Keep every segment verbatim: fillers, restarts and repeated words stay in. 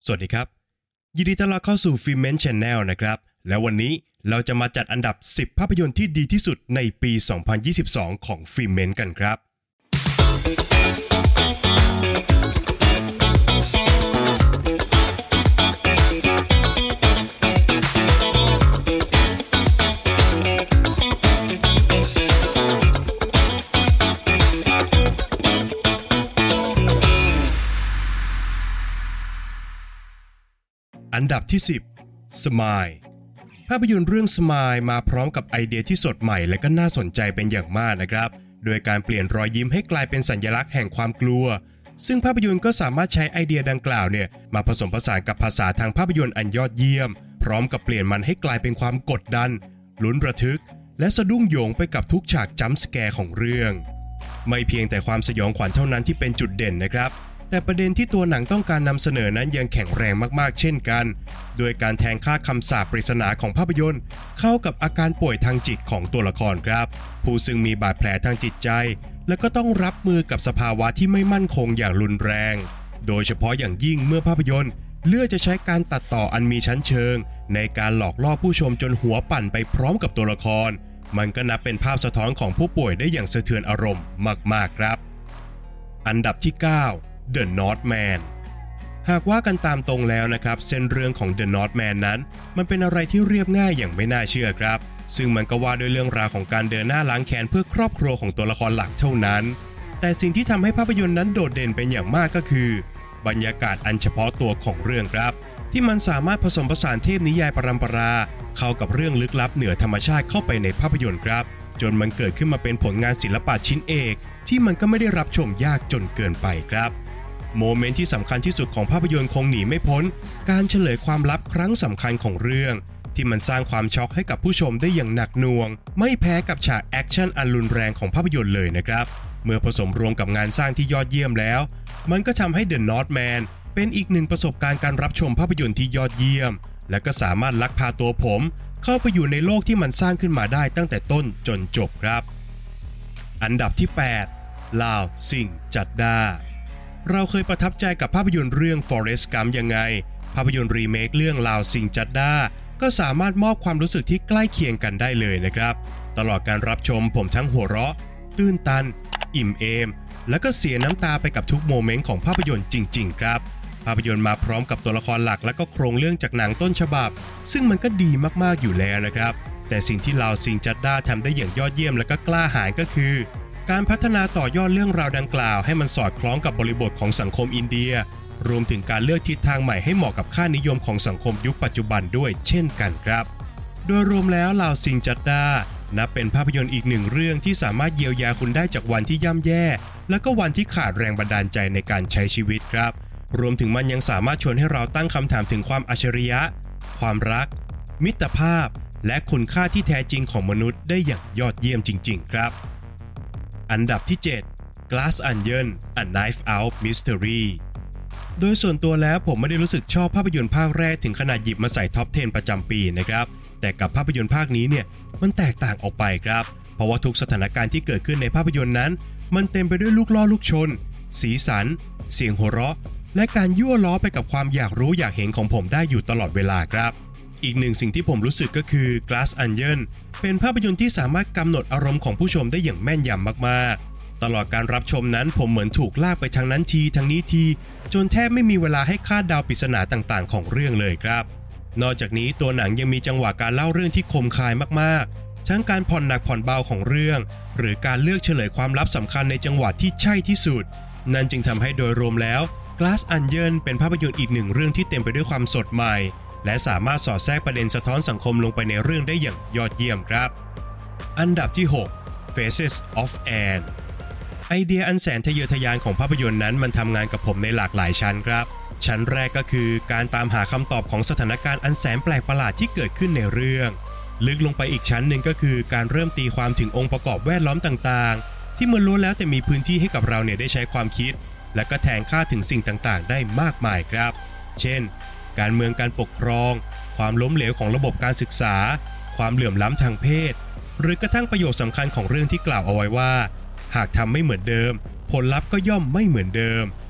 สวัสดีครับยินดีต้อนรับเข้าสู่ Filmment Channel นะครับแล้ววันนี้เราจะมาจัดอันดับสิบภาพยนตร์ที่ดีที่สุดในปี สองพันยี่สิบสอง ของ Filmment กันครับอันดับที่สิบ Smile ภาพยนตร์เรื่อง Smile มาพร้อมกับไอเดียที่สดใหม่และก็น่าสนใจเป็นอย่างมากนะครับโดยการเปลี่ยนรอยยิ้มให้กลายเป็นสัญลักษณ์แห่งความกลัวซึ่งภาพยนตร์ก็สามารถใช้ไอเดียดังกล่าวเนี่ยมาผสมผสานกับภาษาทางภาพยนตร์อันยอดเยี่ยมพร้อมกับเปลี่ยนมันให้กลายเป็นความกดดันลุ้นระทึกและสะดุ้งโยงไปกับทุกฉากจัมป์สแกร์ของเรื่องไม่เพียงแต่ความสยองขวัญเท่านั้นที่เป็นจุดเด่นนะครับแต่ประเด็นที่ตัวหนังต้องการนำเสนอนั้นยังแข็งแรงมากๆเช่นกันโดยการแทงค่าคำสาปปริศนาของภาพยนตร์เข้ากับอาการป่วยทางจิตของตัวละครครับผู้ซึ่งมีบาดแผลทางจิตใจและก็ต้องรับมือกับสภาวะที่ไม่มั่นคงอย่างรุนแรงโดยเฉพาะอย่างยิ่งเมื่อภาพยนตร์เลือกจะใช้การตัดต่ออันมีชั้นเชิงในการหลอกล่อผู้ชมจนหัวปั่นไปพร้อมกับตัวละครมันก็นับเป็นภาพสะท้อนของผู้ป่วยได้อย่างสะเทือนอารมณ์มากๆครับอันดับที่เก้าThe Northman หากว่ากันตามตรงแล้วนะครับเส้นเรื่องของ The Northman นั้นมันเป็นอะไรที่เรียบง่ายอย่างไม่น่าเชื่อครับซึ่งมันก็ว่าด้วยเรื่องราวของการเดินหน้าล้างแค้นเพื่อครอบครัวของตัวละครหลักเท่านั้นแต่สิ่งที่ทำให้ภาพยนตร์นั้นโดดเด่นเป็นอย่างมากก็คือบรรยากาศอันเฉพาะตัวของเรื่องครับที่มันสามารถผสมผสานเทพนิยายปรัมปราเข้ากับเรื่องลึกลับเหนือธรรมชาติเข้าไปในภาพยนตร์ครับจนมันเกิดขึ้นมาเป็นผลงานศิลปะชิ้นเอกที่มันก็ไม่ได้รับชมยากจนเกินไปครับโมเมนต์ที่สำคัญที่สุดของภาพยนตร์คงหนีไม่พ้นการเฉลยความลับครั้งสำคัญของเรื่องที่มันสร้างความช็อกให้กับผู้ชมได้อย่างหนักหน่วงไม่แพ้กับฉากแอคชั่นอันรุนแรงของภาพยนตร์เลยนะครับเมื่อผสมรวมกับงานสร้างที่ยอดเยี่ยมแล้วมันก็ทำให้ The Northman เป็นอีกหนึ่งประสบการณ์การรับชมภาพยนตร์ที่ยอดเยี่ยมและก็สามารถลักพาตัวผมเข้าไปอยู่ในโลกที่มันสร้างขึ้นมาได้ตั้งแต่ต้นจนจบครับอันดับที่แปดลาวซิงจัดดาเราเคยประทับใจกับภาพยนตร์เรื่อง Forrest Gump ยังไงภาพยนตร์รีเมคเรื่องลาวซิงจัดดาก็สามารถมอบความรู้สึกที่ใกล้เคียงกันได้เลยนะครับตลอดการรับชมผมทั้งหัวเราะตื้นตันอิ่มเอมและก็เสียน้ำตาไปกับทุกโมเมนต์ของภาพยนตร์จริงๆครับภาพยนตร์มาพร้อมกับตัวละครหลักและก็โครงเรื่องจากหนังต้นฉบับซึ่งมันก็ดีมากๆอยู่แล้วนะครับแต่สิ่งที่ลาวซิงจัดดาทำได้อย่างยอดเยี่ยมและก็กล้าหาญก็คือการพัฒนาต่อยอดเรื่องราวดังกล่าวให้มันสอดคล้องกับบริบทของสังคมอินเดียรวมถึงการเลือกทิศทางใหม่ให้เหมาะกับค่านิยมของสังคมยุคปัจจุบันด้วยเช่นกันครับโดยรวมแล้วลาวซิงจัดดานับเป็นภาพยนตร์อีกหนึ่งเรื่องที่สามารถเยียวยาคุณได้จากวันที่ย่ำแย่และก็วันที่ขาดแรงบันดาลใจในการใช้ชีวิตครับรวมถึงมันยังสามารถชวนให้เราตั้งคำถามถึงความอัจฉริยะความรักมิตรภาพและคุณค่าที่แท้จริงของมนุษย์ได้อย่างยอดเยี่ยมจริงๆครับอันดับที่เจ็ด Glass Onion A Knife Out Mystery โดยส่วนตัวแล้วผมไม่ได้รู้สึกชอบภาพยนตร์ภาคแรกถึงขนาดหยิบมาใส่ท็อปสิบประจำปีนะครับแต่กับภาพยนตร์ภาคนี้เนี่ยมันแตกต่างออกไปครับเพราะว่าทุกสถานการณ์ที่เกิดขึ้นในภาพยนตร์นั้นมันเต็มไปด้วยลูกล่อลูกชนสีสันเสียงหัวเราะและการยั่วล้อไปกับความอยากรู้อยากเห็นของผมได้อยู่ตลอดเวลาครับอีกหนึ่งสิ่งที่ผมรู้สึกก็คือ Glass Onion เป็นภาพยนตร์ที่สามารถกำหนดอารมณ์ของผู้ชมได้อย่างแม่นยำมากๆตลอดการรับชมนั้นผมเหมือนถูกลากไปทางนั้นทีทางนี้ทีจนแทบไม่มีเวลาให้คาดเดาปริศนาต่างๆของเรื่องเลยครับนอกจากนี้ตัวหนังยังมีจังหวะการเล่าเรื่องที่คมคายมากๆทั้งการผ่อนหนักผ่อนเบาของเรื่องหรือการเลือกเฉลยความลับสำคัญในจังหวะที่ใช่ที่สุดนั่นจึงทำให้โดยรวมแล้ว Glass Onion เป็นภาพยนตร์อีกหนึ่งเรื่องที่เต็มไปด้วยความสดใหม่และสามารถสอดแทรกประเด็นสะท้อนสังคมลงไปในเรื่องได้อย่างยอดเยี่ยมครับอันดับที่หก Faces of Anne ไอเดียอันแสนทะเยอทะยานของภาพยนตร์นั้นมันทำงานกับผมในหลากหลายชั้นครับชั้นแรกก็คือการตามหาคำตอบของสถานการณ์อันแสนแปลกประหลาดที่เกิดขึ้นในเรื่องลึกลงไปอีกชั้นหนึ่งก็คือการเริ่มตีความถึงองค์ประกอบแวดล้อมต่างๆที่มันล้วนแล้วแต่มีพื้นที่ให้กับเราเนี่ยได้ใช้ความคิดและก็แทงค่าถึงสิ่งต่างๆได้มากมายครับเช่นการเมืองการปกครองความล้มเหลวของระบบการศึกษาความเหลื่อมล้ำทางเพศหรือกระทั่งประโยชน์สำคัญของเรื่องที่กล่าวเอาไว้ว่าหากทำไม่เหมือนเดิมผลลัพธ์ก็ย่อมไม่เหมือนเดิม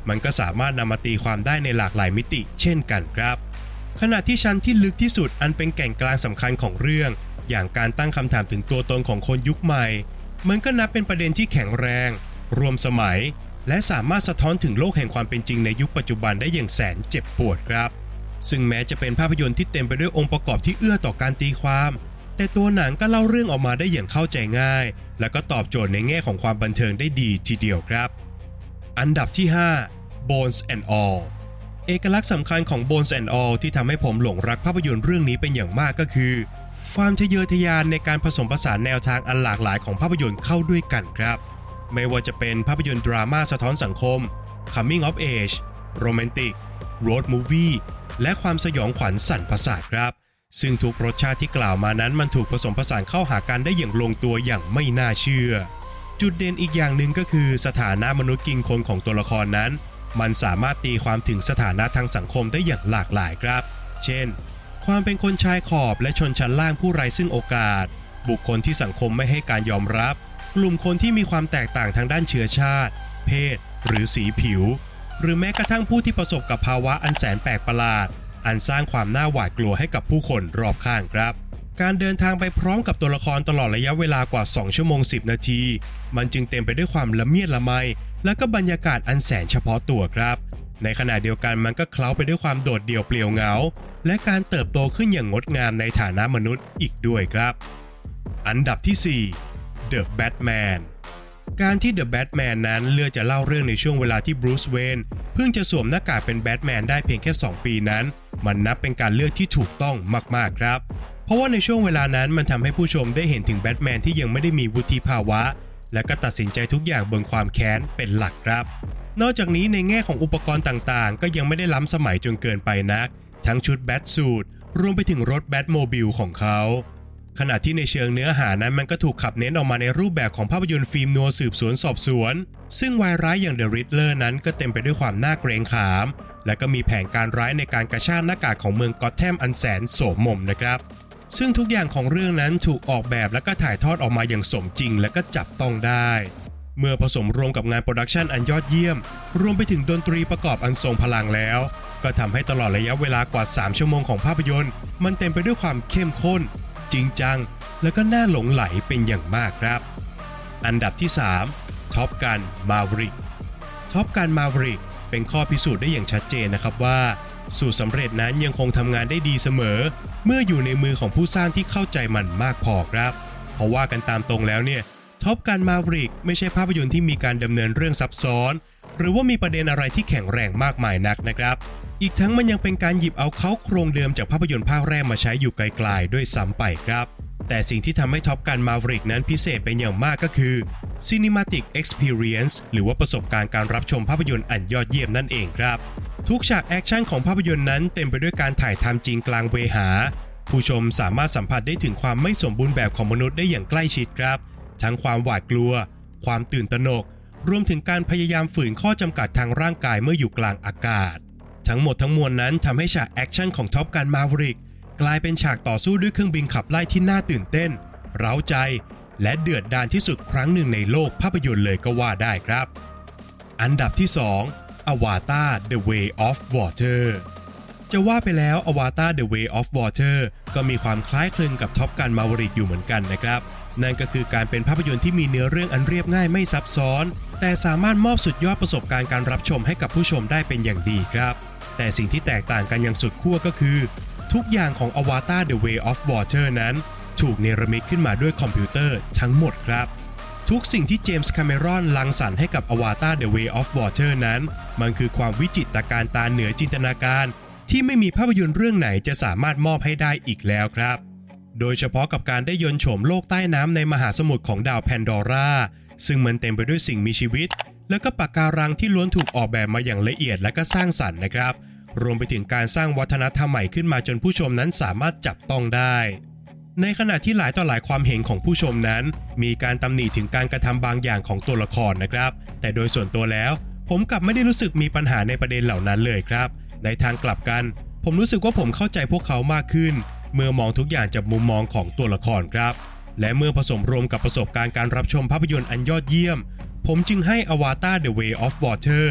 มันก็สามารถนำมาตีความได้ในหลากหลายมิติเช่นกันครับขณะที่ชั้นที่ลึกที่สุดอันเป็นแก่นกลางสำคัญของเรื่องอย่างการตั้งคำถามถึงตัวตนของคนยุคใหม่มันก็นับเป็นประเด็นที่แข็งแรงรวมสมัยและสามารถสะท้อนถึงโลกแห่งความเป็นจริงในยุคปัจจุบันได้อย่างแสนเจ็บปวดครับซึ่งแม้จะเป็นภาพยนตร์ที่เต็มไปด้วยองค์ประกอบที่เอื้อต่อการตีความแต่ตัวหนังก็เล่าเรื่องออกมาได้อย่างเข้าใจง่ายและก็ตอบโจทย์ในแง่ของความบันเทิงได้ดีทีเดียวครับอันดับที่ห้า Bones and All เอกลักษณ์สำคัญของ Bones and All ที่ทำให้ผมหลงรักภาพยนตร์เรื่องนี้เป็นอย่างมากก็คือความทะเยอทะยานในการผสมผสานแนวทางอันหลากหลายของภาพยนตร์เข้าด้วยกันครับไม่ว่าจะเป็นภาพยนตร์ดราม่าสะท้อนสังคม Coming of Age โรแมนติก Road Movie และความสยองขวัญสั่นประสาทครับซึ่งทุกรสชาติที่กล่าวมานั้นมันถูกผสมผสานเข้าหากันได้อย่างลงตัวอย่างไม่น่าเชื่อจุดเด่นอีกอย่างหนึ่งก็คือสถานะมนุษย์กินคนของตัวละครนั้นมันสามารถตีความถึงสถานะทางสังคมได้อย่างหลากหลายครับเช่นความเป็นคนชายขอบและชนชั้นล่างผู้ไร้ซึ่งโอกาสบุคคลที่สังคมไม่ให้การยอมรับกลุ่มคนที่มีความแตกต่างทางด้านเชื้อชาติเพศหรือสีผิวหรือแม้กระทั่งผู้ที่ประสบกับภาวะอันแสนแปลกประหลาดอันสร้างความน่าหวาดกลัวให้กับผู้คนรอบข้างครับการเดินทางไปพร้อมกับตัวละครตลอดระยะเวลากว่าสองชั่วโมงสิบนาทีมันจึงเต็มไปด้วยความละเมียดละไมและก็บรรยากาศอันแสนเฉพาะตัวครับในขณะเดียวกันมันก็เคล้าไปด้วยความโดดเดี่ยวเปลี่ยวเหงาและการเติบโตขึ้นอย่างงดงามในฐานะมนุษย์อีกด้วยครับอันดับที่สี่ The Batman การที่ The Batman นั้นเลือกจะเล่าเรื่องในช่วงเวลาที่บรูซเวย์นเพิ่งจะสวมหน้ากากเป็นแบทแมนได้เพียงแค่สองปีนั้นมันนับเป็นการเลือกที่ถูกต้องมากๆครับเพราะว่าในช่วงเวลานั้นมันทำให้ผู้ชมได้เห็นถึงแบทแมนที่ยังไม่ได้มีวุฒิภาวะและก็ตัดสินใจทุกอย่างบนความแค้นเป็นหลักครับนอกจากนี้ในแง่ของอุปกรณ์ต่างๆก็ยังไม่ได้ล้ำสมัยจนเกินไปนักทั้งชุดแบทสูทรวมไปถึงรถแบทโมบิลของเขาขณะที่ในเชิงเนื้อหานั้นมันก็ถูกขับเน้นออกมาในรูปแบบของภาพยนตร์ฟิล์มนัวสืบสวนสอบสวนซึ่งวายร้ายอย่าง The Riddler นั้นก็เต็มไปด้วยความน่าเกรงขามและก็มีแผนการร้ายในการกระชากหน้ากากของเมืองกอธแธมอันแสนโสมมนะครับซึ่งทุกอย่างของเรื่องนั้นถูกออกแบบและก็ถ่ายทอดออกมาอย่างสมจริงและก็จับต้องได้เมื่อผสมรวมกับงานโปรดักชันอันยอดเยี่ยมรวมไปถึงดนตรีประกอบอันทรงพลังแล้วก็ทำให้ตลอดระยะเวลากว่าสามชั่วโมงของภาพยนตร์มันเต็มไปด้วยความเข้มข้นจริงจังและก็น่าหลงไหลเป็นอย่างมากครับอันดับที่สาม Top Gun Maverick Top Gun Maverick เป็นข้อพิสูจน์ได้อย่างชัดเจนนะครับว่าสูตรสำเร็จนั้นยังคงทำงานได้ดีเสมอเมื่ออยู่ในมือของผู้สร้างที่เข้าใจมันมากพอครับเพราะว่ากันตามตรงแล้วเนี่ย Top Gun Maverick ไม่ใช่ภาพยนตร์ที่มีการดำเนินเรื่องซับซ้อนหรือว่ามีประเด็นอะไรที่แข็งแรงมากมายนักนะครับอีกทั้งมันยังเป็นการหยิบเอาเค้าโครงเดิมจากภาพยนตร์ภาคแรกมาใช้อยู่ไกลๆด้วยซ้ำไปครับแต่สิ่งที่ทำให้ Top Gun Maverick นั้นพิเศษเป็นอย่างมากก็คือ Cinematic Experience หรือว่าประสบการณ์การรับชมภาพยนตร์อันยอดเยี่ยมนั่นเองครับทุกฉากแอคชั่นของภาพยนตร์นั้นเต็มไปด้วยการถ่ายทำจริงกลางเวหาผู้ชมสามารถสัมผัสได้ถึงความไม่สมบูรณ์แบบของมนุษย์ได้อย่างใกล้ชิดครับทั้งความหวาดกลัวความตื่นตระหนกรวมถึงการพยายามฝืนข้อจำกัดทางร่างกายเมื่ออยู่กลางอากาศทั้งหมดทั้งมวลนั้นทำให้ฉากแอคชั่นของ Top Gun Maverick กลายเป็นฉากต่อสู้ด้วยเครื่องบินขับไล่ที่น่าตื่นเต้นเร้าใจและเดือดดาลที่สุดครั้งหนึ่งในโลกภาพยนตร์เลยก็ว่าได้ครับอันดับที่สอง Avatar The Way of Water จะว่าไปแล้ว Avatar The Way of Water ก็มีความคล้ายคลึงกับ Top Gun Maverick อยู่เหมือนกันนะครับนั่นก็คือการเป็นภาพยนตร์ที่มีเนื้อเรื่องอันเรียบง่ายไม่ซับซ้อนแต่สามารถมอบสุดยอดประสบการณ์การรับชมให้กับผู้ชมได้เป็นอย่างดีครับแต่สิ่งที่แตกต่างกันอย่างสุดขั้วก็คือทุกอย่างของ Avatar The Way of Water นั้นถูกเนรมิตขึ้นมาด้วยคอมพิวเตอร์ทั้งหมดครับทุกสิ่งที่เจมส์คาเมรอนรังสรรค์ให้กับ Avatar The Way of Water นั้นมันคือความวิจิตรการตาเหนือจินตนาการที่ไม่มีภาพยนตร์เรื่องไหนจะสามารถมอบให้ได้อีกแล้วครับโดยเฉพาะกับการได้ยนต์โฉมโลกใต้น้ำในมหาสมุทรของดาวแพนดอร่าซึ่งมันเต็มไปด้วยสิ่งมีชีวิตและก็ปะการังที่ล้วนถูกออกแบบมาอย่างละเอียดและก็สร้างสรรค์นะครับรวมไปถึงการสร้างวัฒนธรรมใหม่ขึ้นมาจนผู้ชมนั้นสามารถจับต้องได้ในขณะที่หลายต่อหลายความเห็นของผู้ชมนั้นมีการตำหนิถึงการกระทำบางอย่างของตัวละครนะครับแต่โดยส่วนตัวแล้วผมกลับไม่ได้รู้สึกมีปัญหาในประเด็นเหล่านั้นเลยครับในทางกลับกันผมรู้สึกว่าผมเข้าใจพวกเขามากขึ้นเมื่อมองทุกอย่างจากมุมมองของตัวละครครับและเมื่อผสมรวมกับประสบการณ์การรับชมภาพยนตร์อันยอดเยี่ยมผมจึงให้ Avatar The Way of Water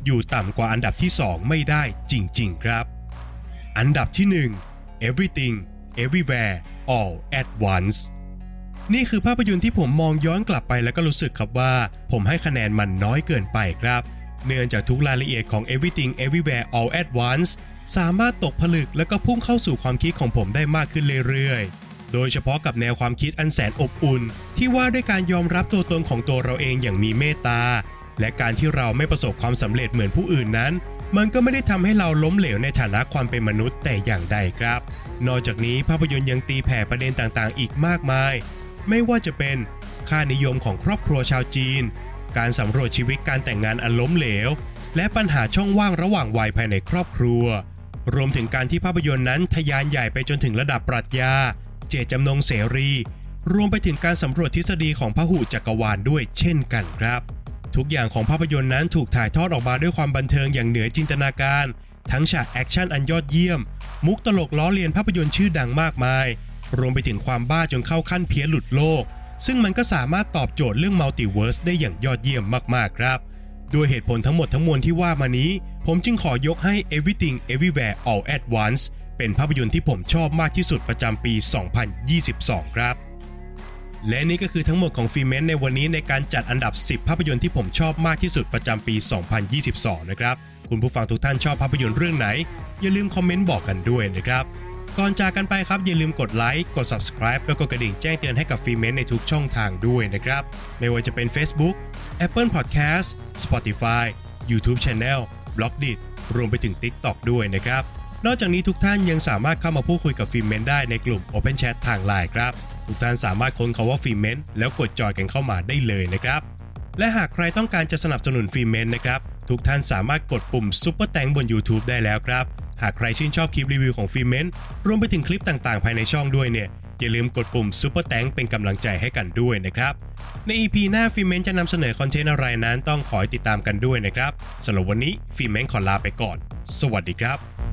อยู่ต่ำกว่าอันดับที่สองไม่ได้จริงๆครับอันดับที่หนึ่ง Everything Everywhere All at Once นี่คือภาพยนตร์ที่ผมมองย้อนกลับไปแล้วก็รู้สึกครับว่าผมให้คะแนนมันน้อยเกินไปครับเนื่องจากทุกรายละเอียดของ Everything Everywhere All at Once สามารถตกผลึกและก็พุ่งเข้าสู่ความคิดของผมได้มากขึ้นเรื่อยๆโดยเฉพาะกับแนวความคิดอันแสนอบอุ่นที่ว่าด้วยการยอมรับตัวตนของตัวเราเองอย่างมีเมตตาและการที่เราไม่ประสบความสำเร็จเหมือนผู้อื่นนั้นมันก็ไม่ได้ทำให้เราล้มเหลวในฐานะความเป็นมนุษย์แต่อย่างใดครับนอกจากนี้ภาพยนตร์ยังตีแผ่ประเด็นต่างๆอีกมากมายไม่ว่าจะเป็นค่านิยมของครอบครัวชาวจีนการสำรวจชีวิตการแต่งงานอันล้มเหลวและปัญหาช่องว่างระหว่างวัยภายในครอบครัวรวมถึงการที่ภาพยนตร์นั้นทะยานใหญ่ไปจนถึงระดับปรัชญาเจตจำนงเสรีรวมไปถึงการสำรวจทฤษฎีของพหุจักรวาลด้วยเช่นกันครับทุกอย่างของภาพยนตร์นั้นถูกถ่ายทอดออกมาด้วยความบันเทิงอย่างเหนือจินตนาการทั้งฉากแอคชั่นอันยอดเยี่ยมมุกตลกล้อเลียนภาพยนตร์ชื่อดังมากมายรวมไปถึงความบ้าจนเข้าขั้นเพี้ยนหลุดโลกซึ่งมันก็สามารถตอบโจทย์เรื่องมัลติเวิร์สได้อย่างยอดเยี่ยมมากๆครับด้วยเหตุผลทั้งหมดทั้งมวลที่ว่ามานี้ผมจึงขอยกให้ Everything Everywhere All at Once เป็นภาพยนตร์ที่ผมชอบมากที่สุดประจำปี สองพันยี่สิบสอง ครับและนี่ก็คือทั้งหมดของฟีเมนในวันนี้ในการจัดอันดับสิบภาพยนตร์ที่ผมชอบมากที่สุดประจำปี สองพันยี่สิบสอง นะครับคุณผู้ฟังทุกท่านชอบภาพยนตร์เรื่องไหนอย่าลืมคอมเมนต์บอกกันด้วยนะครับก่อนจากกันไปครับอย่าลืมกดไลค์กด Subscribe แล้วก็กระดิ่งแจ้งเตือนให้กับฟีเมนในทุกช่องทางด้วยนะครับไม่ว่าจะเป็น Facebook Apple Podcast Spotify YouTube Channel Blogdit รวมไปถึง TikTok ด้วยนะครับนอกจากนี้ทุกท่านยังสามารถเข้ามาพูดคุยกับฟีเมนได้ในกลุ่ม Open Chat ทาง ไลน์ ครับทุกท่านสามารถค้นคำว่าฟีเมนแล้วกดจอยกันเข้ามาได้เลยนะครับและหากใครต้องการจะสนับสนุนฟีเมนนะครับทุกท่านสามารถกดปุ่ม Super Thanks บน YouTube ได้แล้วครับหากใครชื่นชอบคลิปรีวิวของฟีเมนรวมไปถึงคลิปต่างๆภายในช่องด้วยเนี่ยอย่าลืมกดปุ่ม Super Thanks เป็นกำลังใจให้กันด้วยนะครับใน อี พี หน้าฟีเมนจะนำเสนอคอนเทนต์อะไรนั้นต้องขอติดตามกันด้วยนะครับสำหรับวันนี้ฟีเมนขอลาไปก่อนสวัสดีครับ